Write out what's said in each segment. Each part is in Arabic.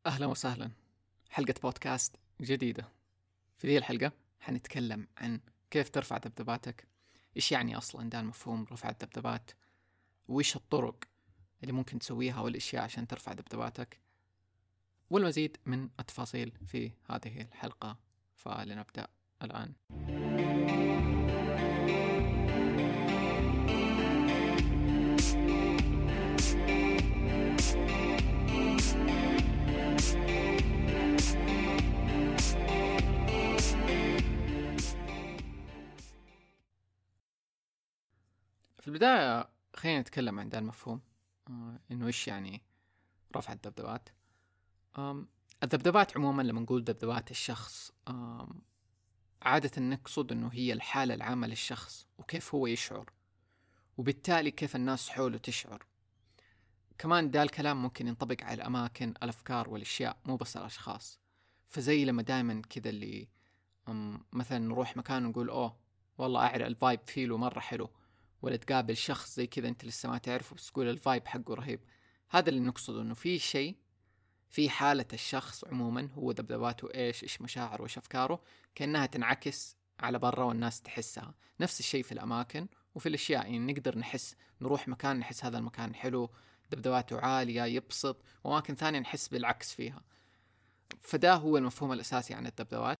أهلا وسهلا. حلقة بودكاست جديدة. في ذي الحلقة حنتكلم عن كيف ترفع ذبذباتك، إيش يعني أصلا ده المفهوم رفع الذبذبات، وإيش الطرق اللي ممكن تسويها والأشياء عشان ترفع ذبذباتك، والمزيد من التفاصيل في هذه الحلقة. فلنبدأ الآن. في البداية خلينا نتكلم عن ده المفهوم، إنه إيش يعني رفع الذبذبات. الذبذبات عموما لما نقول ذبذبات الشخص، عادة نقصد إنه هي الحالة العامة للشخص وكيف هو يشعر، وبالتالي كيف الناس حوله تشعر. كمان ده الكلام ممكن ينطبق على الأماكن، الأفكار والأشياء، مو بس الأشخاص. فزي لما دائما كذا اللي مثلا نروح مكان ونقول أوه والله أعرف الفايب فيله مرة حلو، ولا تقابل شخص زي كذا أنت لسه ما تعرفه بس تقول الفايب حقه رهيب. هذا اللي نقصد، إنه في شيء في حالة الشخص عموما، هو ذبذباته إيش مشاعره وإيش أفكاره، كأنها تنعكس على برا والناس تحسها. نفس الشيء في الأماكن وفي الأشياء، يعني نقدر نحس، نروح مكان نحس هذا المكان حلو، ذبذباته عالية يبسط، وأماكن ثانية نحس بالعكس فيها. فده هو المفهوم الأساسي عن الذبذبات.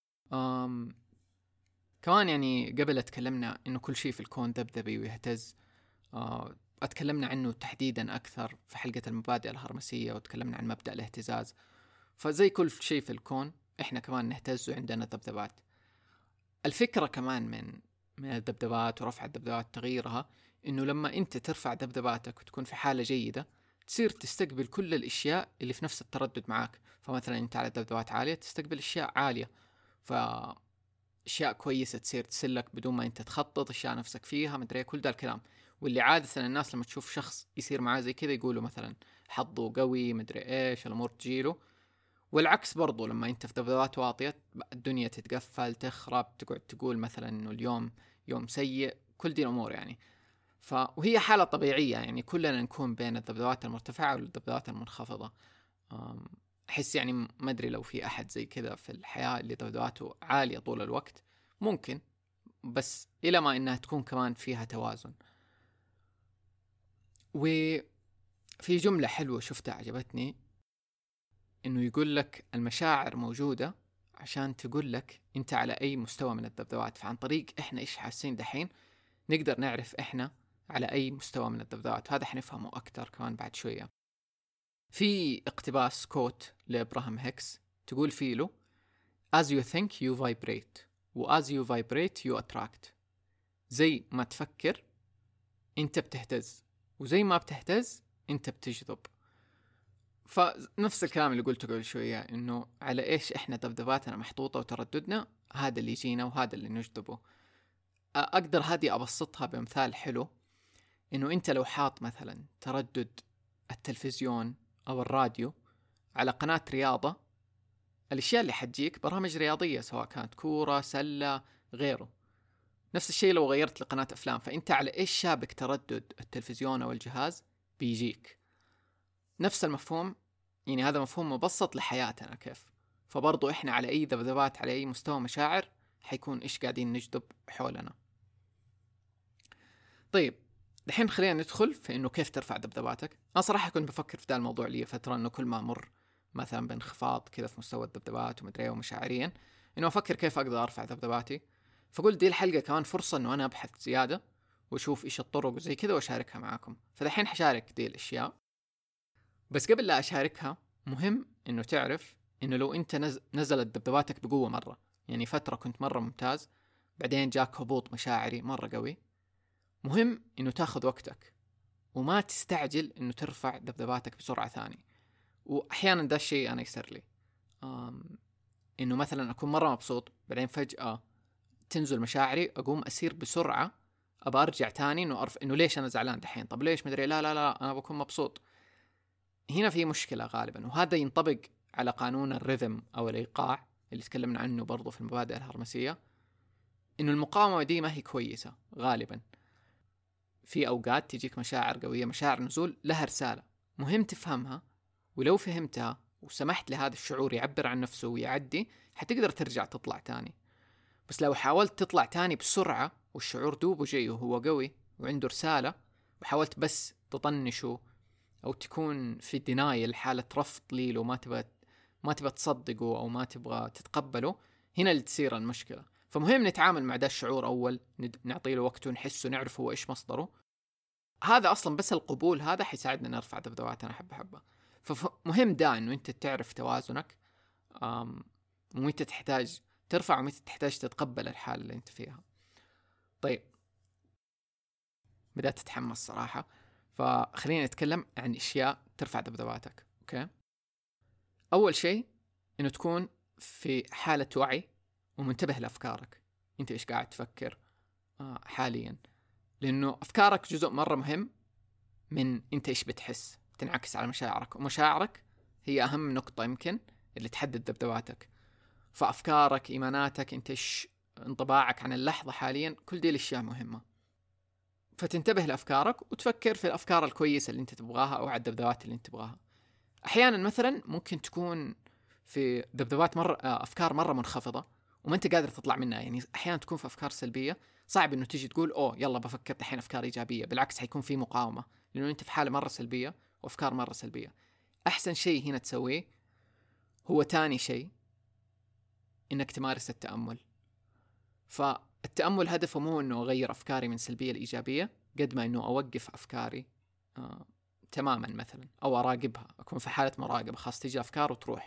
كمان يعني قبل اتكلمنا إنه كل شيء في الكون ذبذبي ويهتز. اتكلمنا عنه تحديدا أكثر في حلقة المبادئ الهرمسية، وتكلمنا عن مبدأ الاهتزاز. فزي كل شيء في الكون إحنا كمان نهتز وعندنا ذبذبات. الفكرة كمان من الذبذبات ورفع الذبذبات تغييرها، إنه لما أنت ترفع ذبذباتك وتكون في حالة جيدة، تصير تستقبل كل الأشياء اللي في نفس التردد معاك. فمثلا أنت على ذبذبات عالية تستقبل أشياء عالية، فأشياء كويسة تصير تسلك بدون ما أنت تخطط، أشياء نفسك فيها مدري كل ده الكلام. واللي عادة الناس لما تشوف شخص يصير معاه زي كذا يقولوا مثلا حظه قوي مدري إيش، الأمور تجيله. والعكس برضو، لما انت في ذبذبات واطية الدنيا تتقفل تخرب، تقعد تقول مثلا انه اليوم يوم سيء، كل دي الامور يعني. وهي حالة طبيعية، يعني كلنا نكون بين الذبذبات المرتفعة والذبذبات المنخفضة. احس يعني ما ادري لو في احد زي كذا في الحياة اللي ذبذباته عالية طول الوقت، ممكن، بس الى ما انها تكون كمان فيها توازن. وفي جملة حلوة شفتها عجبتني، انه يقول لك المشاعر موجودة عشان تقول لك انت على اي مستوى من الذبذبات. فعن طريق احنا ايش حاسين دحين نقدر نعرف احنا على اي مستوى من الذبذبات. هذا حنفهمه اكتر كمان بعد شوية. في اقتباس كوت لابراهام هيكس تقول فيه له as you think you vibrate و as you vibrate you attract. زي ما تفكر انت بتهتز، وزي ما بتهتز انت بتجذب. فنفس الكلام اللي قلته قبل شوية، إنه على إيش إحنا ذبذباتنا محطوطة وترددنا، هذا اللي يجينا وهذا اللي نجذبه. أقدر هذه أبسطها بمثال حلو، إنه أنت لو حاط مثلا تردد التلفزيون أو الراديو على قناة رياضة، الأشياء اللي حتجيك برامج رياضية، سواء كانت كورة سلة غيره. نفس الشيء لو غيرت لقناة أفلام، فأنت على إيش شابك تردد التلفزيون أو الجهاز بيجيك. نفس المفهوم، يعني هذا مفهوم مبسط لحياتنا كيف. فبرضو إحنا على أي ذبذبات، على أي مستوى مشاعر، حيكون إيش قاعدين نجذب حولنا. طيب دحين خلينا ندخل في إنه كيف ترفع ذبذباتك. أنا صراحة كنت بفكر في ذا الموضوع لي فترة، إنه كل ما أمر مثلا بانخفاض كذا في مستوى الذبذبات ومدري ومشاعريا، إنه أفكر كيف أقدر أرفع ذبذباتي. فقلت دي الحلقة كمان فرصة إنه أنا أبحث زيادة وأشوف إيش الطرق وزي كذا وأشاركها معاكم. فدحين حشارك دي الأشياء، بس قبل لا أشاركها مهم إنه تعرف إنه لو أنت نزلت ذبذباتك بقوة مرة، يعني فترة كنت مرة ممتاز بعدين جاك هبوط مشاعري مرة قوي، مهم إنه تاخذ وقتك وما تستعجل إنه ترفع ذبذباتك بسرعة ثانية. وأحيانا ده الشيء أنا يصير لي، إنه مثلا أكون مرة مبسوط بعدين فجأة تنزل مشاعري، أقوم أسير بسرعة أبى أرجع تاني إنه أعرف إنه ليش أنا زعلان دحين، طب ليش مدري، لا لا لا أنا بكون مبسوط. هنا في مشكلة غالبا، وهذا ينطبق على قانون الرhythm أو الإيقاع اللي تكلمنا عنه برضو في المبادئ الهرمسية. إنه المقاومة دي ما هي كويسة غالبا. في أوقات تجيك مشاعر قوية، مشاعر نزول لها رسالة مهم تفهمها، ولو فهمتها وسمحت لهذا الشعور يعبر عن نفسه ويعدي، حتقدر ترجع تطلع تاني. بس لو حاولت تطلع تاني بسرعة والشعور دوبه جاي وهو قوي وعنده رسالة، وحاولت بس تطنشه أو تكون في دينايل، حالة رفض لي لو ما تبغى تصدقه أو ما تبغى تتقبله، هنا اللي تصير المشكلة. فمهم نتعامل مع ده الشعور أول، نعطيه له وقته، نحسه، نعرف هو إيش مصدره. هذا أصلا بس القبول هذا حيساعدنا نرفع ذبذباتنا حبة حبة. فمهم ده إنه أنت تعرف توازنك، ومتى تحتاج ترفع ومتى تحتاج تتقبل الحالة اللي أنت فيها. طيب، بدأت تتحمس صراحة، فخلينا نتكلم عن أشياء ترفع ذبذباتك. أوكي، أول شيء إنه تكون في حالة وعي ومنتبه لأفكارك. أنت إيش قاعد تفكر حاليا، لأنه أفكارك جزء مرة مهم من أنت إيش بتحس، تنعكس على مشاعرك، ومشاعرك هي أهم نقطة يمكن اللي تحدد ذبذباتك. فأفكارك، إيماناتك، أنت إيش انطباعك عن اللحظة حاليا، كل دي الأشياء مهمة. فتنتبه لأفكارك وتفكر في الأفكار الكويسة اللي أنت تبغاها أو على الذبذبات اللي أنت تبغاها. أحيانا مثلا ممكن تكون في ذبذبات أفكار مرة منخفضة وما أنت قادر تطلع منها. يعني أحيانا تكون في أفكار سلبية صعب إنه تيجي تقول أوه يلا بفكر الحين أفكار إيجابية، بالعكس حيكون في مقاومة لأنه أنت في حالة مرة سلبية وأفكار مرة سلبية. أحسن شيء هنا تسويه هو تاني شيء، إنك تمارس التأمل. فالتأمل هدفه مو إنه أغير أفكاري من سلبية لإيجابية، قد ما إنه أوقف أفكاري تماما مثلا، أو أراقبها، أكون في حالة مراقبة، خاص تيجي أفكار وتروح.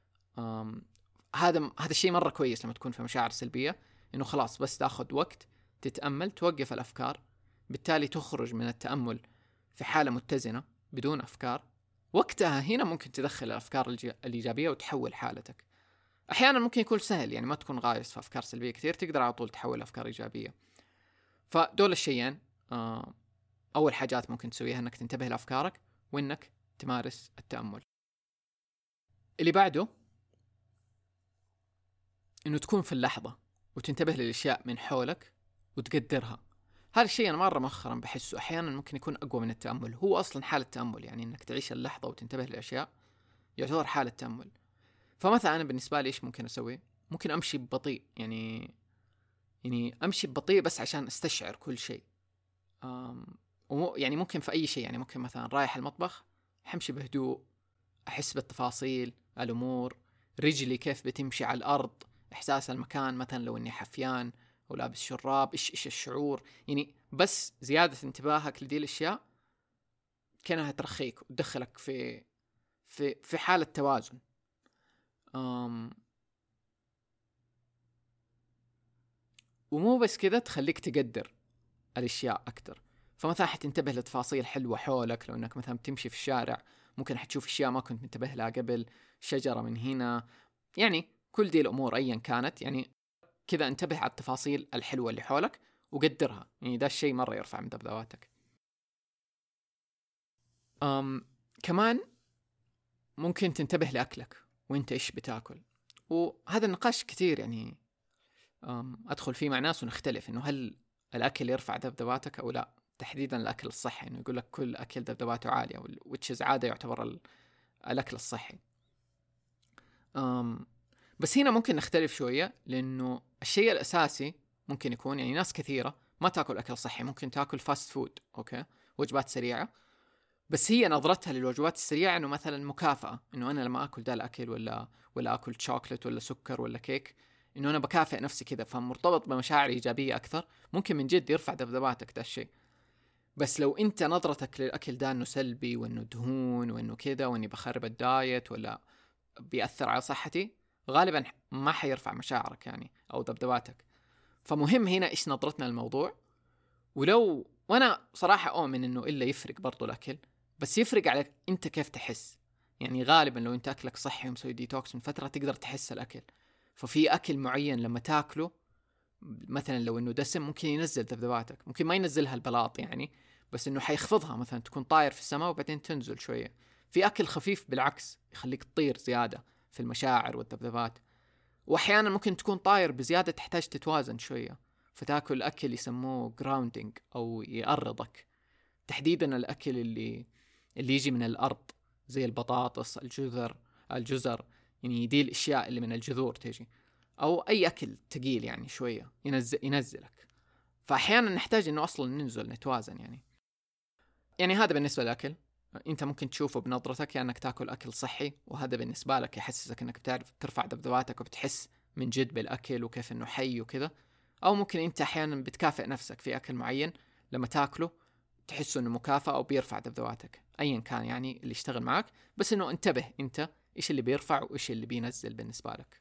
هذا الشيء مرة كويس لما تكون في مشاعر سلبية، إنه خلاص بس تأخذ وقت تتأمل، توقف الأفكار، بالتالي تخرج من التأمل في حالة متزنة بدون أفكار. وقتها هنا ممكن تدخل الأفكار الإيجابية وتحول حالتك. أحيانا ممكن يكون سهل، يعني ما تكون غايس في أفكار سلبية كثير، تقدر على طول تحول أفكار إيجابية. فدول الشيئين أول حاجات ممكن تسويها، أنك تنتبه لأفكارك وأنك تمارس التأمل. اللي بعده أنه تكون في اللحظة وتنتبه للأشياء من حولك وتقدرها. هذا الشيء أنا مرة مؤخرا بحسه أحيانا ممكن يكون أقوى من التأمل. هو أصلا حالة تأمل، يعني أنك تعيش اللحظة وتنتبه للأشياء يعتبر حالة تأمل. فمثلا أنا بالنسبة لي إيش ممكن أسوي؟ ممكن أمشي ببطيء، يعني أمشي ببطيء بس عشان أستشعر كل شيء. يعني ممكن في أي شيء، يعني ممكن مثلا رايح المطبخ حمشي بهدوء، أحس بالتفاصيل، الأمور، رجلي كيف بتمشي على الأرض، إحساس المكان، مثلا لو إني حفيان أو لابس شراب، إيش الشعور. يعني بس زيادة انتباهك لدي الأشياء كأنها ترخيك وتدخلك في حالة توازن. ومو بس كذا، تخليك تقدر الأشياء أكتر. فمثلا حتنتبه لتفاصيل حلوة حولك، لو أنك مثلا بتمشي في الشارع ممكن حتشوف أشياء ما كنت منتبه لها قبل، شجرة من هنا، يعني كل دي الأمور أيا كانت، يعني كذا انتبه على التفاصيل الحلوة اللي حولك وقدرها. يعني ده الشيء مرة يرفع من ذبذباتك. كمان ممكن تنتبه لأكلك وانت إيش بتاكل. وهذا النقاش كثير يعني أدخل فيه مع ناس ونختلف، إنه هل الأكل يرفع ذبذباتك أو لا. تحديدا الأكل الصحي، إنه يقول لك كل أكل ذبذباته عالية، which عادة يعتبر الأكل الصحي. بس هنا ممكن نختلف شوية، لأنه الشيء الأساسي ممكن يكون، يعني ناس كثيرة ما تأكل أكل صحي، ممكن تأكل فاست فود، أوكي، وجبات سريعة. بس هي نظرتها للوجبات السريعة إنه مثلا مكافأة، إنه أنا لما أكل ده الأكل ولا أكل شوكولات ولا سكر ولا كيك، إنه أنا بكافئ نفسي كذا، فمرتبط بمشاعر إيجابية أكثر. ممكن من جد يرفع ذبذباتك ده الشيء. بس لو أنت نظرتك للأكل ده إنه سلبي وإنه دهون وإنه كذا وإني بخرب الدايت ولا بيأثر على صحتي، غالبا ما حيرفع مشاعرك يعني أو ذبذباتك. فمهم هنا إيش نظرتنا للموضوع. وأنا صراحة أؤمن إنه إلا يفرق برضو الأكل، بس يفرق على أنت كيف تحس. يعني غالبا لو أنت أكلك صحي ومسوي ديتوكس من فترة تقدر تحس الأكل. ففي أكل معين لما تاكله مثلا لو إنه دسم ممكن ينزل ذبذباتك، ممكن ما ينزلها البلاط يعني، بس إنه حيخفضها، مثلا تكون طاير في السماء وبعدين تنزل شوية. في أكل خفيف بالعكس يخليك تطير زيادة في المشاعر والذبذبات. وأحيانا ممكن تكون طاير بزيادة تحتاج تتوازن شوية، فتاكل أكل يسموه grounding أو يأرضك. تحديدا الأكل اللي يجي من الأرض زي البطاطس، الجزر، الجزر، يعني دي الاشياء اللي من الجذور تجي، او اي اكل ثقيل يعني شويه ينزلك. فاحيانا نحتاج انه اصلا ننزل نتوازن يعني هذا بالنسبه للاكل. انت ممكن تشوفه بنظرتك كأنك تاكل اكل صحي، وهذا بالنسبه لك يحسسك انك بتعرف ترفع ذبذباتك وبتحس من جد بالاكل وكيف انه حي وكذا. او ممكن انت احيانا بتكافئ نفسك في اكل معين لما تاكله تحس انه مكافأة او بيرفع ذبذباتك، ايا كان يعني اللي يشتغل معك، بس انه انتبه انت ايش اللي بيرفع وايش اللي بينزل بالنسبه لك.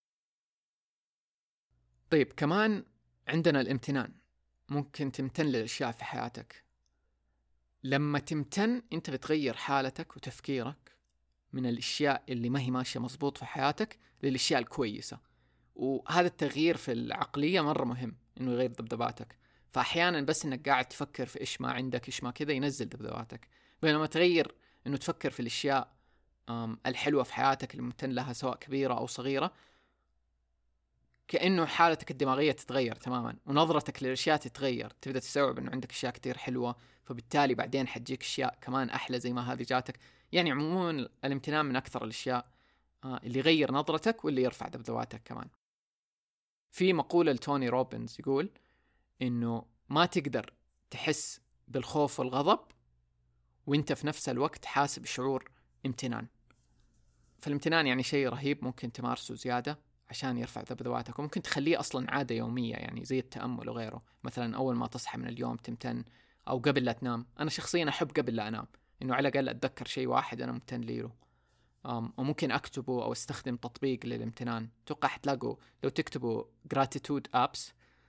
طيب كمان عندنا الامتنان. ممكن تمتن للاشياء في حياتك. لما تمتن انت بتغير حالتك وتفكيرك من الاشياء اللي ما هي ماشيه مزبوط في حياتك للاشياء الكويسه، وهذا التغيير في العقليه مره مهم انه يغير ذبذباتك. فاحيانا بس انك قاعد تفكر في ايش ما عندك ايش ما كذا ينزل ذبذباتك، بينما تغير انه تفكر في الاشياء الحلوه في حياتك الممتن لها سواء كبيره او صغيره، كأنه حالتك الدماغية تتغير تماما ونظرتك للأشياء تتغير، تبدأ تستوعب أنه عندك أشياء كتير حلوة، فبالتالي بعدين حتجيك أشياء كمان أحلى زي ما هذه جاتك. يعني عموما الامتنان من أكثر الأشياء اللي يغير نظرتك واللي يرفع ذبذباتك كمان. في مقولة لتوني روبنز يقول إنه ما تقدر تحس بالخوف والغضب وإنت في نفس الوقت حاسب بشعور امتنان. فالامتنان يعني شيء رهيب ممكن تمارسه زيادة عشان يرفع ذبذباتك، وممكن تخليه أصلا عادة يومية يعني زي التأمل وغيره. مثلا أول ما تصحى من اليوم تمتن، أو قبل لا تنام. أنا شخصيا أحب قبل لا أنام إنه على الأقل أتذكر شيء واحد أنا ممتن له، وممكن أكتبه أو استخدم تطبيق للامتنان. توقع حتلاقوا لو تكتبوا gratitude apps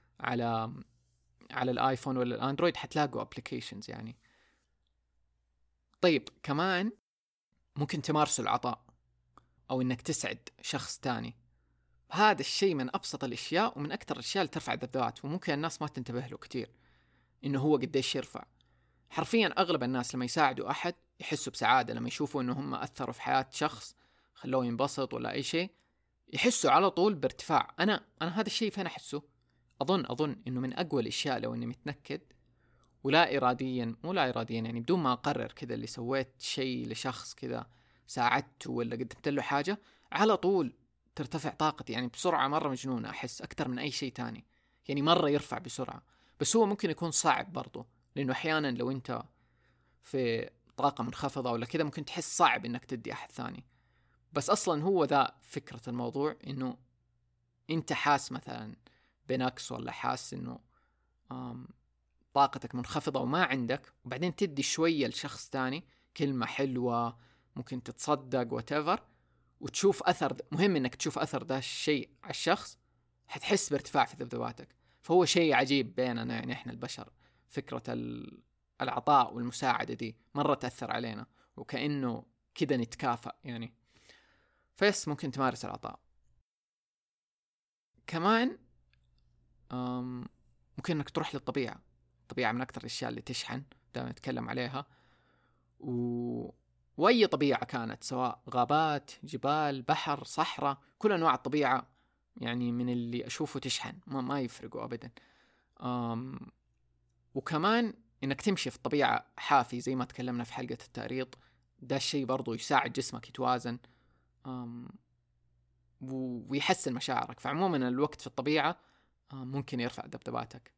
على الآيفون ولا الأندرويد حتلاقوا applications يعني. طيب كمان ممكن تمارسوا العطاء أو إنك تسعد شخص تاني. هذا الشيء من أبسط الأشياء ومن أكثر الأشياء اللي ترفع الذبذبات، وممكن الناس ما تنتبه له كتير إنه هو قديش يرفع. حرفيا أغلب الناس لما يساعدوا أحد يحسوا بسعادة، لما يشوفوا إنه هم أثروا في حياة شخص خلوه ينبسط ولا أي شيء يحسوا على طول بارتفاع. أنا هذا الشيء فين أحسه؟ أظن إنه من أقوى الأشياء لو إني متنكد ولا إراديا، مو لا إراديا يعني بدون ما أقرر كذا، اللي سويت شيء لشخص كذا ساعدته ولا قدمت له حاجة، على طول ترتفع طاقتي يعني بسرعة مرة مجنونة، أحس أكتر من أي شيء تاني يعني مرة يرفع بسرعة. بس هو ممكن يكون صعب برضو، لأنه أحيانا لو أنت في طاقة منخفضة ولا كذا ممكن تحس صعب إنك تدي أحد ثاني. بس أصلا هو ذا فكرة الموضوع، إنه أنت حاس مثلا بنقص ولا حاس إنه طاقتك منخفضة وما عندك، وبعدين تدي شوية لشخص تاني كلمة حلوة، ممكن تتصدق whatever، وتشوف أثر. مهم إنك تشوف أثر ده الشيء على الشخص، حتحس بارتفاع في ذبذباتك. فهو شيء عجيب بيننا يعني إحنا البشر، فكرة العطاء والمساعدة دي مرة تأثر علينا، وكأنه كده نتكافأ يعني. فيس ممكن تمارس العطاء. كمان ممكن إنك تروح للطبيعة. الطبيعة من أكثر الأشياء اللي تشحن، دائما نتكلم عليها. وأي طبيعة كانت، سواء غابات، جبال، بحر، صحراء، كل أنواع الطبيعة يعني من اللي أشوفه تشحن، ما يفرقوا أبدا. وكمان إنك تمشي في الطبيعة حافي زي ما تكلمنا في حلقة التعريض، ده الشيء برضو يساعد جسمك يتوازن ويحسن مشاعرك. فعموما الوقت في الطبيعة ممكن يرفع ذبذباتك.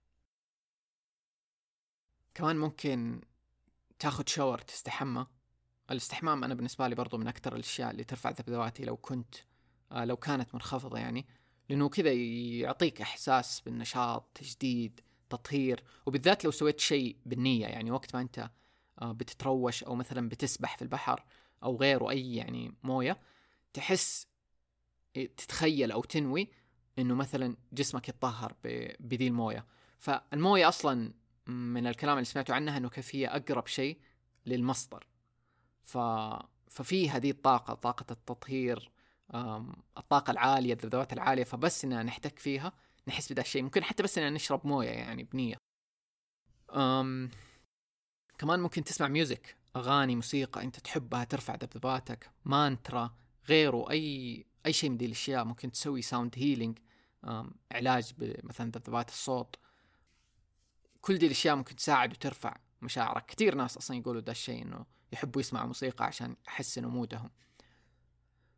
كمان ممكن تاخد شاور، تستحمى. الاستحمام أنا بالنسبة لي برضو من أكتر الأشياء اللي ترفع ذبذباتي لو كانت منخفضة يعني، لأنه كذا يعطيك إحساس بالنشاط، تجديد، تطهير. وبالذات لو سويت شيء بالنية، يعني وقت ما أنت بتتروش أو مثلا بتسبح في البحر أو غيره أي يعني موية، تحس تتخيل أو تنوي إنه مثلا جسمك يتطهر بذي الموية. فالموية أصلا من الكلام اللي سمعته عنها إنه كيف هي أقرب شيء للمصدر. ففي هذه الطاقة، طاقة التطهير، الطاقة العالية، الذبذبات العالية، فبس إننا نحتك فيها نحس بدا الشيء. ممكن حتى بس إننا نشرب موية يعني بنية. كمان ممكن تسمع ميوزك، أغاني، موسيقى أنت تحبها ترفع ذبذباتك، مانترا، غيره، أي شيء من دي الأشياء. ممكن تسوي ساوند هيلينج، علاج مثلا ذبذبات الصوت. كل دي الأشياء ممكن تساعد وترفع مشاعرك. كتير ناس أصلا يقولوا ده الشيء، إنه يحبوا يسمعوا موسيقى عشان يحسنوا مودهم.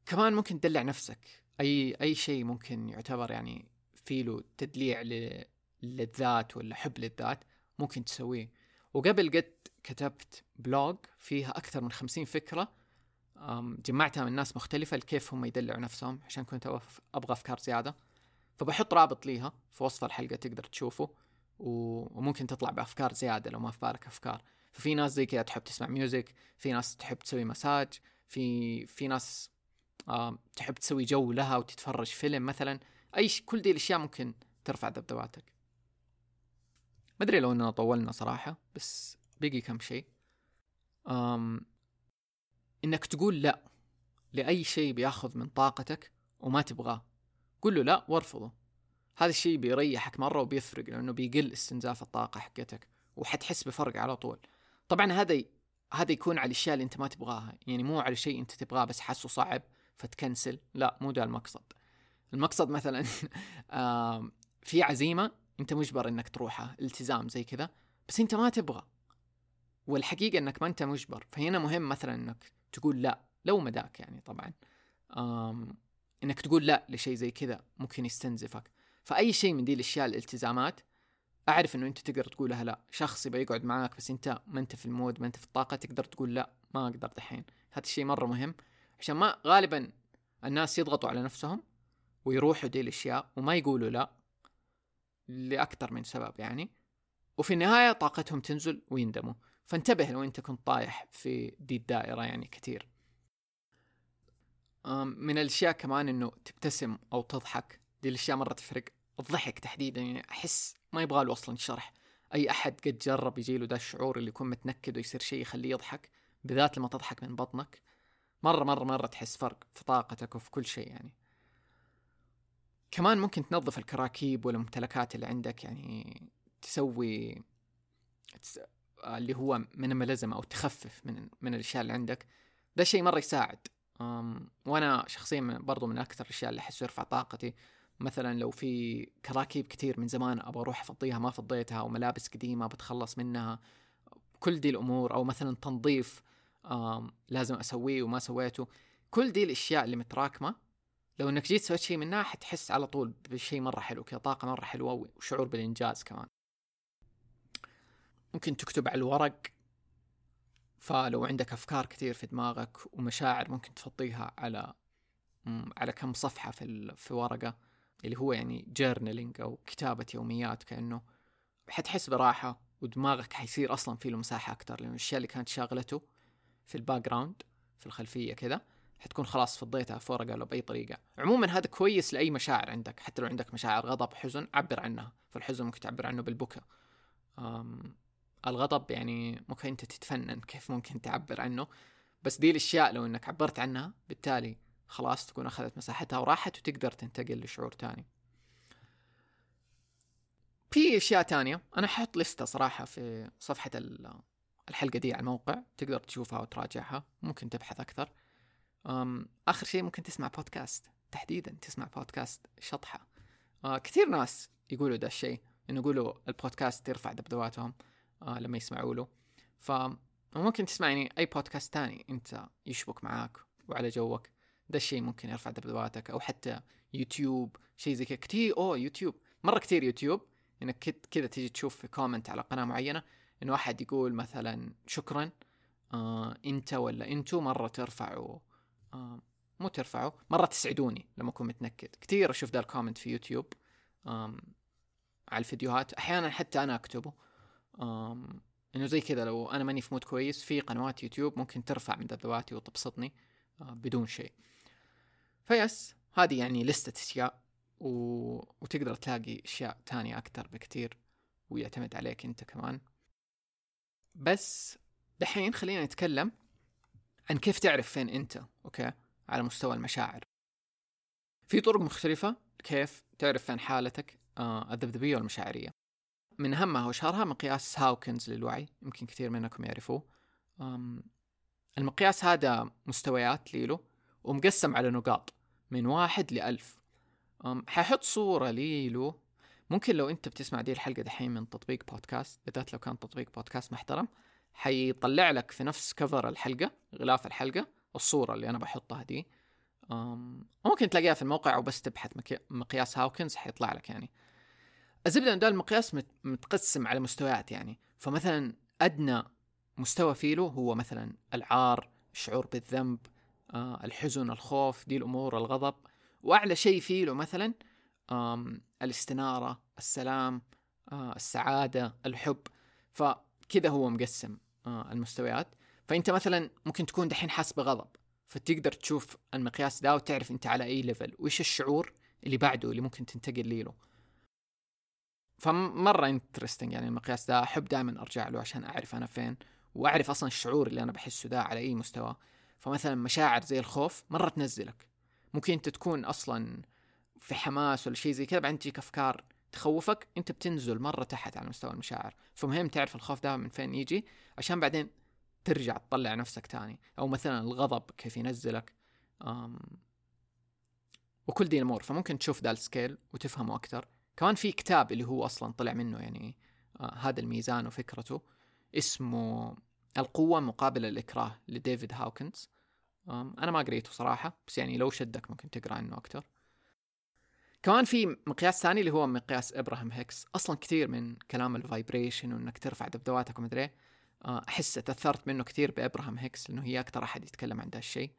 كمان ممكن تدلع نفسك، أي شيء ممكن يعتبر يعني فيه له تدليع للذات ولا حب للذات ممكن تسويه. وقبل قد كتبت بلوج فيها أكثر من 50 فكرة جمعتها من ناس مختلفة لكيف هم يدلعوا نفسهم، عشان كنت أبغى أفكار زيادة. فبحط رابط ليها في وصف الحلقة تقدر تشوفه، وممكن تطلع بأفكار زيادة لو ما في بالك أفكار. ففي ناس زي كذا تحب تسمع ميوزك، في ناس تحب تسوي مساج، في ناس تحب تسوي جو لها وتتفرج فيلم مثلا. كل دي الأشياء ممكن ترفع ذبذباتك. ما أدري لو أننا طولنا صراحة، بس بيجي كم شيء. إنك تقول لا لأي شيء بياخذ من طاقتك وما تبغاه، قل له لا وارفضه. هذا الشيء بيريحك مرة وبيفرق، لأنه بيقل استنزاف الطاقة حقتك وحتحس بفرق على طول. طبعا هذا يكون على الأشياء اللي أنت ما تبغاها، يعني مو على شيء أنت تبغاه بس حاسه صعب فتكنسل، لا مو ده المقصد. المقصد مثلا في عزيمة أنت مجبر أنك تروحها، التزام زي كذا، بس أنت ما تبغى، والحقيقة أنك ما أنت مجبر. فهنا مهم مثلا أنك تقول لا لو مداك، يعني طبعا أنك تقول لا لشيء زي كذا ممكن يستنزفك. فأي شيء من دي الأشياء الالتزامات أعرف أنه أنت تقدر تقولها لا. شخص يبقى يقعد معاك بس أنت ما أنت في المود، ما أنت في الطاقة، تقدر تقول لا ما أقدر دحين. هذا الشيء مرة مهم، عشان ما غالبا الناس يضغطوا على نفسهم ويروحوا دي الأشياء وما يقولوا لا لأكثر من سبب يعني، وفي النهاية طاقتهم تنزل ويندموا. فانتبه لو أنت كنت طايح في دي الدائرة يعني كثير. من الأشياء كمان أنه تبتسم أو تضحك، دي الأشياء مرة تفرق. الضحك تحديدا يعني أحس ما يبغى له أصلا شرح. أي أحد قد جرب يجيله ده الشعور اللي يكون متنكد ويصير شيء يخليه يضحك، بالذات لما تضحك من بطنك، مرة مرة مرة تحس فرق في طاقتك وفي كل شيء يعني. كمان ممكن تنظف الكراكيب والممتلكات اللي عندك، يعني تسوي اللي هو مينيماليزم أو تخفف من الأشياء اللي عندك. ده شيء مرة يساعد. وأنا شخصيا برضو من أكثر الأشياء اللي أحسه يرفع طاقتي. مثلا لو في كراكيب كتير من زمان أبغى أروح أفضيها ما فضيتها، أو ملابس قديمة بتخلص منها، كل دي الأمور، أو مثلا تنظيف لازم أسويه وما سويته، كل دي الأشياء اللي متراكمة لو إنك جيت سويت شيء منها حتحس على طول بشيء مرة حلو كذا، طاقة مرة حلوة وشعور بالإنجاز كمان. ممكن تكتب على الورق، فلو عندك أفكار كثير في دماغك ومشاعر ممكن تفضيها على كم صفحة في ورقة، اللي هو يعني جورنالينج أو كتابة يوميات، كأنه حتحس براحة ودماغك حيصير أصلا فيه له مساحة أكتر، لأن الأشياء اللي كانت شاغلته في الباك جراوند في الخلفية كذا حتكون خلاص فضيتها في ورقة ولا بأي طريقة. عموما هذا كويس لأي مشاعر عندك، حتى لو عندك مشاعر غضب حزن عبر عنها. فالحزن ممكن تعبر عنه بالبكاء، الغضب يعني ممكن أنت تتفنن كيف ممكن تعبر عنه، بس دي الأشياء لو أنك عبرت عنها بالتالي خلاص تكون أخذت مساحتها وراحت وتقدر تنتقل لشعور تاني. في أشياء تانية أنا حط لستة صراحة في صفحة الحلقة دي على الموقع، تقدر تشوفها وتراجعها، ممكن تبحث أكثر. آخر شيء ممكن تسمع بودكاست، تحديدا تسمع بودكاست شطحة. كثير ناس يقولوا ده الشيء، إنه يقولوا البودكاست يرفع ذبذباتهم لما يسمعوا له. فممكن تسمع يعني أي بودكاست تاني أنت يشبك معاك وعلى جوك، ده الشيء ممكن يرفع ذبذباتك. أو حتى يوتيوب شيء زي كثير، يوتيوب مرة كثير. يوتيوب إنك كذا تيجي تشوف في كومنت على قناة معينة إنه أحد يقول مثلا شكرا أنت ولا أنتو، مرة ترفعوا مو ترفعوا، مرة تسعدوني لما أكون متنكد. كثير أشوف ده الكومنت في يوتيوب على الفيديوهات، أحيانا حتى أنا أكتبه إنه زي كذا لو أنا ماني في مود كويس، في قنوات يوتيوب ممكن ترفع من ذبذباتي وتبسطني بدون شيء. فيس هذه يعني لستة أشياء، وتقدر تلاقي أشياء تانية أكتر بكتير، ويعتمد عليك أنت كمان. بس دحين خلينا نتكلم عن كيف تعرف فين أنت أوكي على مستوى المشاعر. في طرق مختلفة كيف تعرف فين حالتك الذبذبية والمشاعرية. من أهمها وأشهرها مقياس هاوكنز للوعي، يمكن كثير منكم يعرفوه. المقياس هذا مستويات ليله ومقسم على نقاط من 1 ل1000. ححط صورة ليله، ممكن لو أنت بتسمع دي الحلقة دحين من تطبيق بودكاست، بالذات لو كان تطبيق بودكاست محترم، حيطلع لك في نفس كفر الحلقة غلاف الحلقة الصورة اللي أنا بحطها دي. ممكن تلاقيها في الموقع أو بس تبحث مقياس هاوكنز حيطلع لك يعني. الزبدة أن ده المقياس متقسم على مستويات يعني. فمثلا أدنى مستوى فيه هو مثلا العار، الشعور بالذنب، الحزن، الخوف، دي الأمور، الغضب. وأعلى شيء فيه مثلا الاستنارة، السلام، السعادة، الحب. فكذا هو مقسم المستويات. فأنت مثلا ممكن تكون دحين حاس بغضب، فتقدر تشوف المقياس ده وتعرف أنت على أي ليفل وإيش الشعور اللي بعده اللي ممكن تنتقل له. فمرة انترستنج يعني المقياس ده، أحب دائما أرجع له عشان أعرف أنا فين، وأعرف أصلا الشعور اللي أنا بحسه ده على أي مستوى. فمثلا مشاعر زي الخوف مرة تنزلك، ممكن أنت تكون أصلا في حماس ولا شيء زي كذا، بعدين تجيك أفكار تخوفك، أنت بتنزل مرة تحت على مستوى المشاعر. فمهم تعرف الخوف ده من فين يجي عشان بعدين ترجع تطلع نفسك تاني. أو مثلا الغضب كيف ينزلك، وكل دي الأمور. فممكن تشوف ده السكيل وتفهمه أكتر. كمان في كتاب اللي هو أصلا طلع منه يعني هذا الميزان وفكرته، اسمه القوة مقابل الإكراه لديفيد هاوكنز. أنا ما قريته صراحة، بس يعني لو شدك ممكن تقرأ عنه أكتر. كمان في مقياس ثاني اللي هو مقياس إبراهام هيكس. أصلا كثير من كلام الفايبريشن وإنك ترفع دبدواتك ومدري أحس تأثرت منه كثير بإبراهام هيكس، لأنه هي أكتر أحد يتكلم عن ده الشيء.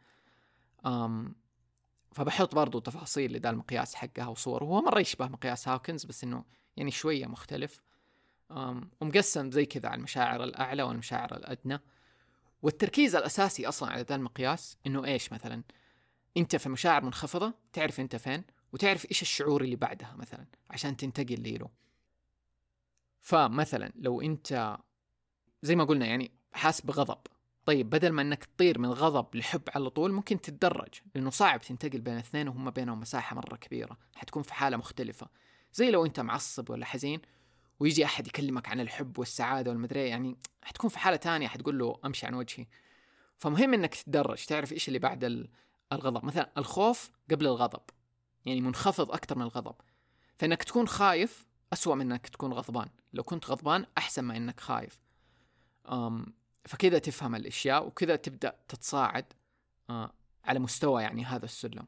فبحط برضو تفاصيل لذا المقياس حقها وصور. هو مرة يشبه مقياس هاوكنز بس إنه يعني شوية مختلف، ومقسم زي كذا على المشاعر الأعلى والمشاعر الأدنى. والتركيز الأساسي أصلا على ذا المقياس إنه إيش، مثلا أنت في مشاعر منخفضة تعرف أنت فين، وتعرف إيش الشعور اللي بعدها مثلا عشان تنتقل له. فمثلا لو أنت زي ما قلنا يعني حاس بغضب، طيب بدل ما انك تطير من غضب لحب على طول، ممكن تتدرج، لانه صعب تنتقل بين اثنين وهم بينهم مساحة مرة كبيرة، حتكون في حالة مختلفة. زي لو انت معصب ولا حزين ويجي احد يكلمك عن الحب والسعادة والمدري، يعني حتكون في حالة تانية، حتقول له امشي عن وجهي. فمهم انك تتدرج، تعرف ايش اللي بعد الغضب. مثلا الخوف قبل الغضب يعني منخفض اكتر من الغضب. فانك تكون خايف اسوأ من انك تكون غضبان. لو كنت غضبان احسن ما انك خايف. فكذا تفهم الاشياء وكذا تبدأ تتصاعد على مستوى يعني هذا السلم.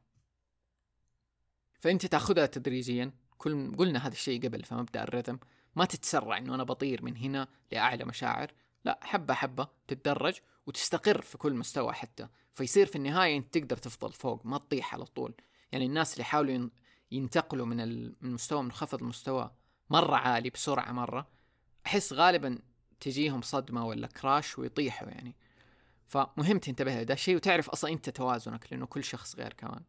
فانت تاخذها تدريجيا. قلنا هذا الشيء قبل، فمبدأ الرhythm ما تتسرع انه انا بطير من هنا لاعلى مشاعر، لا، حبة حبة تتدرج وتستقر في كل مستوى، حتى فيصير في النهاية انت تقدر تفضل فوق، ما تطيح على طول. يعني الناس اللي يحاولوا ينتقلوا من المستوى منخفض لمستوى مرة عالي بسرعة مرة، احس غالبا تجيهم صدمة ولا كراش ويطيحوا يعني. فمهم تنتبه لهذا الشيء وتعرف أصلا أنت توازنك، لأنه كل شخص غير كمان.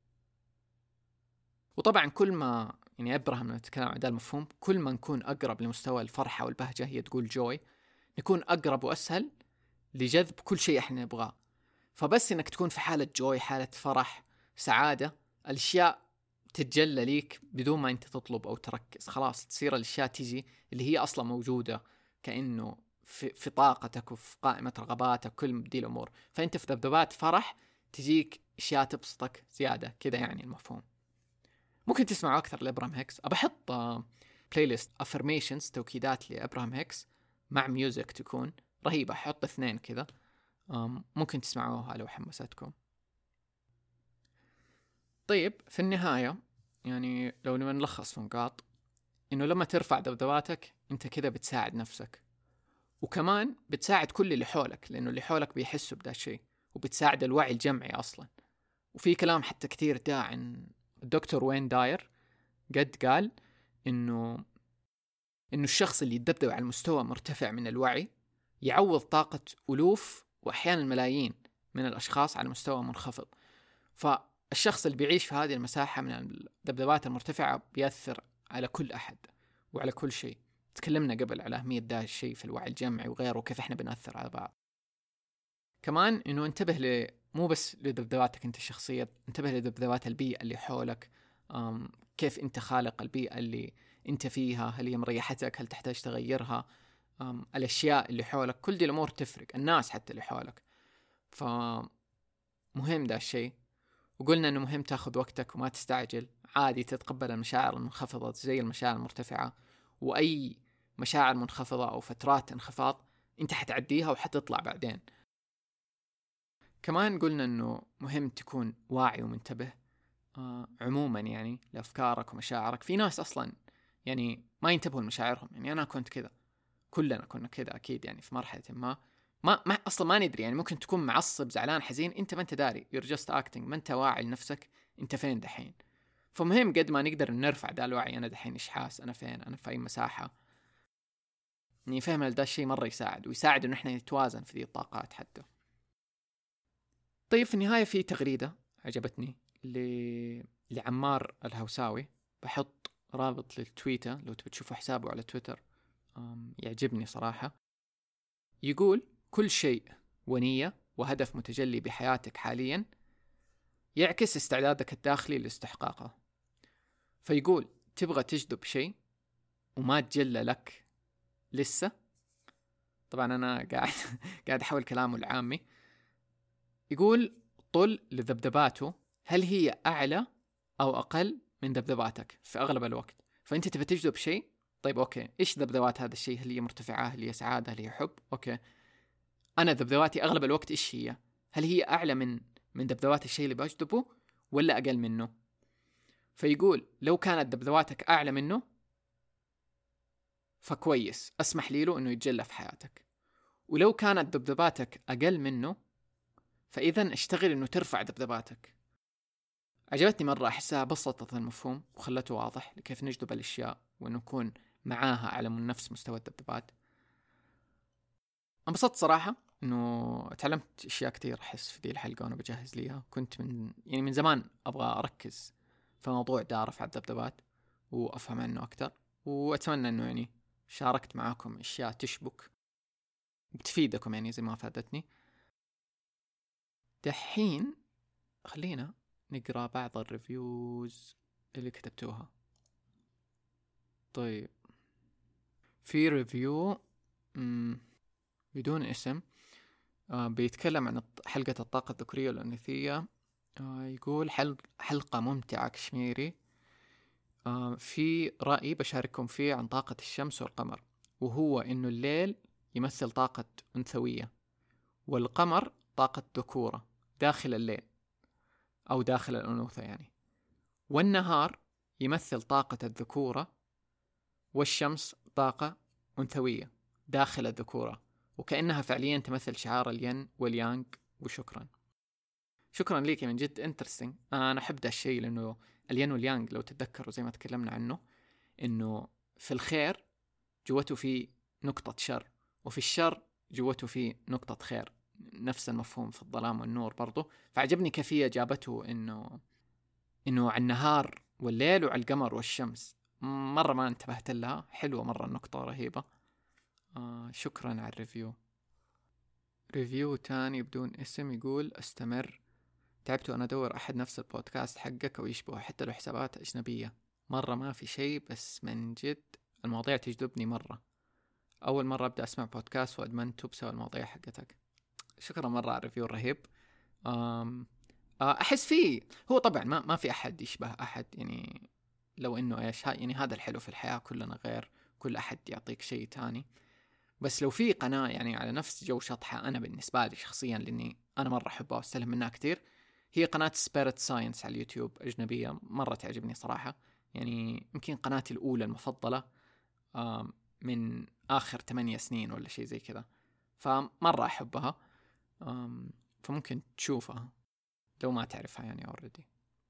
وطبعا كل ما يعني إبراهام لما نتكلم عن هذا المفهوم، كل ما نكون أقرب لمستوى الفرحة والبهجة، هي تقول جوي، نكون أقرب وأسهل لجذب كل شيء إحنا نبغاه. فبس إنك تكون في حالة جوي، حالة فرح، سعادة، الأشياء تتجلى ليك بدون ما أنت تطلب أو تركز. خلاص تصير الأشياء تيجي اللي هي أصلا موجودة، كأنه في طاقتك وفي قائمة رغباتك، كل دي الأمور. فأنت في ذبذبات فرح تجيك أشياء تبسطك زيادة كذا يعني المفهوم. ممكن تسمعوا أكثر لإبراهام هيكس. أبحط بلاي ليست affirmations، توكيدات لإبراهام هيكس مع ميوزك تكون رهيبة. حط 2 كذا، ممكن تسمعوها لو حمستكم. طيب في النهاية يعني لو نبغى نلخص في نقاط، إنه لما ترفع ذبذباتك أنت كذا بتساعد نفسك، وكمان بتساعد كل اللي حولك، لأنه اللي حولك بيحسوا بدا الشيء، وبتساعد الوعي الجمعي أصلا. وفي كلام حتى كتير دا عن الدكتور وين داير، قد قال إنه الشخص اللي يتذبذب على المستوى مرتفع من الوعي يعوض طاقة ألوف وأحيانا ملايين من الأشخاص على مستوى منخفض. فالشخص اللي بيعيش في هذه المساحة من الذبذبات المرتفعة بيأثر على كل أحد وعلى كل شيء. تكلمنا قبل على أهمية ده الشيء في الوعي الجمعي وغيره، وكيف إحنا بنأثر على بعض. كمان إنه انتبه مو بس لذبذباتك أنت الشخصية، انتبه لذبذبات البيئة اللي حولك. كيف أنت خالق البيئة اللي أنت فيها، هل هي مريحتك، هل تحتاج تغيرها، الأشياء اللي حولك، كل دي الأمور تفرق، الناس حتى اللي حولك. فمهم ده الشيء. وقلنا إنه مهم تاخذ وقتك وما تستعجل، عادي تتقبل المشاعر المنخفضة زي المشاعر المرتفعة، وأي مشاعر منخفضة أو فترات انخفاض أنت حتعديها وحتطلع بعدين. كمان قلنا إنه مهم تكون واعي ومنتبه عموما يعني لأفكارك ومشاعرك. في ناس أصلا يعني ما ينتبهوا لمشاعرهم، يعني أنا كنت كذا، كلنا كنا كذا أكيد، يعني في مرحلة ما أصلا ما ندري، يعني ممكن تكون معصب زعلان حزين أنت ما أنت داري، you're just acting، ما أنت واعي لنفسك أنت فين دحين. فمهم قد ما نقدر نرفع دا الوعي، أنا دحين إيش حاس، أنا فين، أنا في أي مساحة. يعني فهم دا الشيء مرة يساعد، ويساعد إنه إحنا نتوازن في ذي الطاقات حتى. طيب في النهاية في تغريدة عجبتني لعمار الهوساوي، بحط رابط للتويتر لو تبي تشوفوا حسابه على تويتر، يعجبني صراحة. يقول كل شيء ونية وهدف متجلي بحياتك حاليا يعكس استعدادك الداخلي لاستحقاقه. فيقول تبغى تجذب شيء وما تجلى لك لسه، طبعا أنا قاعد أحول كلامه العامي. يقول طل لذبذباته هل هي أعلى أو أقل من ذبذباتك في أغلب الوقت. فأنت تبي تجذب شيء، طيب أوكي إيش ذبذبات هذا الشيء؟ هل هي مرتفعة، هل هي سعادة، هل هي حب؟ أوكي أنا ذبذباتي أغلب الوقت إيش هي؟ هل هي أعلى من ذبذبات الشيء اللي بجذبه ولا أقل منه؟ فيقول لو كانت ذبذباتك أعلى منه فكويس، أسمح له إنه يتجلى في حياتك. ولو كانت ذبذباتك أقل منه فإذا اشتغل إنه ترفع ذبذباتك. عجبتني مرة، أحسها بسطت المفهوم وخلته واضح لكيف نجذب الأشياء وإنه نكون معاها على من نفس مستوى الذبذبات. انبسطت صراحة إنه تعلمت أشياء كتير أحس في دي الحلقة وأنا بجهز ليها. كنت من زمان أبغى أركز في موضوع دا رفع الذبذبات وأفهم عنه أكتر، وأتمنى إنه يعني شاركت معاكم أشياء تشبك وبتفيدكم يعني زي ما فادتني. دحين خلينا نقرأ بعض الريفيوز اللي كتبتوها. طيب في ريفيو بدون اسم بيتكلم عن حلقة الطاقة الذكورية والأنوثية. يقول حلقة ممتعة كشميري. في رأي بشارككم فيه عن طاقة الشمس والقمر، وهو إنه الليل يمثل طاقة أنثوية والقمر طاقة ذكورة داخل الليل أو داخل الأنوثة يعني، والنهار يمثل طاقة الذكورة والشمس طاقة أنثوية داخل الذكورة، وكأنها فعليا تمثل شعار الين واليانغ. وشكرا ليك من جد انترستينج. أنا أحب ده الشيء لأنه الين واليانغ لو تتذكروا زي ما تكلمنا عنه، إنه في الخير جوته في نقطة شر، وفي الشر جوته في نقطة خير، نفس المفهوم في الظلام والنور برضو. فعجبني كيف هي جابته إنه على النهار والليل وعلى القمر والشمس، مرة ما انتبهت لها، حلوة مرة، النقطة رهيبة. شكرا على الريفيو. ريفيو تاني بدون اسم يقول استمر، تعبت وأنا أدور أحد نفس البودكاست حقك أو يشبه حتى لو حسابات أجنبية، مرة ما في شيء بس من جد المواضيع تجذبني مرة، أول مرة أبدأ أسمع بودكاست وأدمنته بسبب المواضيع حقتك. شكرا مرة على الريفيو الرهيب. أحس فيه هو طبعا ما في أحد يشبه أحد، يعني لو إنه إيش يعني هذا الحلو في الحياة، كلنا غير، كل أحد يعطيك شيء تاني. بس لو في قناة يعني على نفس جو شطحة أنا بالنسبة لي شخصيا لأني أنا مرة أحبها واستلهم منها كتير، هي قناة سبيريت ساينس على اليوتيوب، أجنبية مرة تعجبني صراحة، يعني يمكن قناتي الأولى المفضلة من آخر 8 سنين ولا شيء زي كذا، فمرة أحبها. فممكن تشوفها لو ما تعرفها يعني already.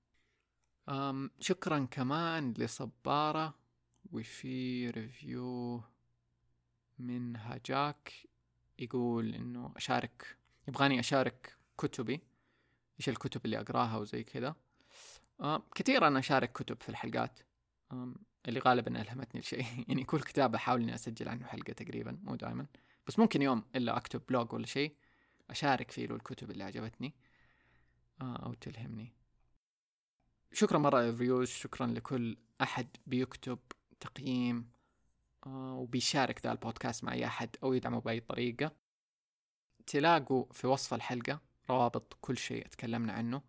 شكرا كمان لصبارة. وفي ريفيو من هاجاك يقول إنه يبغاني أشارك كتبي، إيش الكتب اللي أقراها وزي كذا. كثير أنا أشارك كتب في الحلقات اللي غالبا ألهمتني الشيء يعني كل كتاب أحاول إني أسجل عنه حلقة تقريبا، مو دائما، بس ممكن يوم إلا أكتب بلوج ولا شيء أشارك فيه له الكتب اللي عجبتني أو تلهمني. شكرا مرة للريفيوز، شكرا لكل أحد بيكتب تقييم وبيشارك ذا البودكاست مع أي أحد أو يدعمه بأي طريقة. تلاقوا في وصف الحلقة روابط كل شيء اتكلمنا عنه.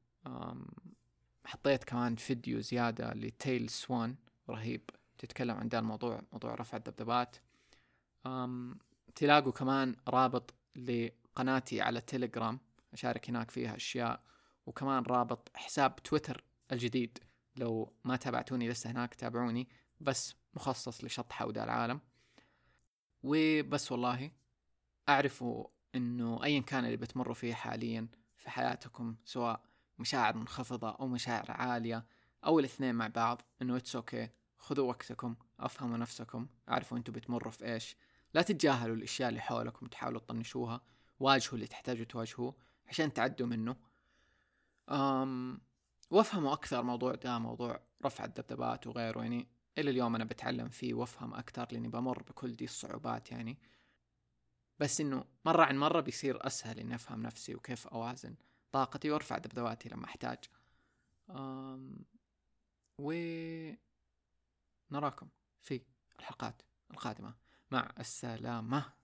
حطيت كمان فيديو زيادة لتيل سوان رهيب تتكلم عن ذا الموضوع، موضوع رفع الذبذبات. تلاقوا كمان رابط لقناتي على تيليجرام أشارك هناك فيها أشياء، وكمان رابط حساب تويتر الجديد، لو ما تابعتوني لسه هناك تابعوني، بس مخصص لشطح أوداء العالم. وبس والله أعرفوا إنه أيا كان اللي بتمروا فيه حاليا في حياتكم، سواء مشاعر منخفضة أو مشاعر عالية أو الاثنين مع بعض، إنه it's okay. خذوا وقتكم، أفهموا نفسكم، أعرفوا أنتوا بتمروا في إيش. لا تتجاهلوا الأشياء اللي حولكم تحاولوا تطنشوها، واجهوا اللي تحتاجوا تواجهوه عشان تعدوا منه. وافهموا أكثر. موضوع ده موضوع رفع الذبذبات وغيره، يعني إلى اليوم أنا بتعلم فيه وافهم أكثر لأني بمر بكل دي الصعوبات يعني. بس إنه مرة عن مرة بيصير أسهل إني أفهم نفسي وكيف أوازن طاقتي وأرفع ذبذباتي لما أحتاج. ونراكم في الحلقات القادمة. مع السلامة.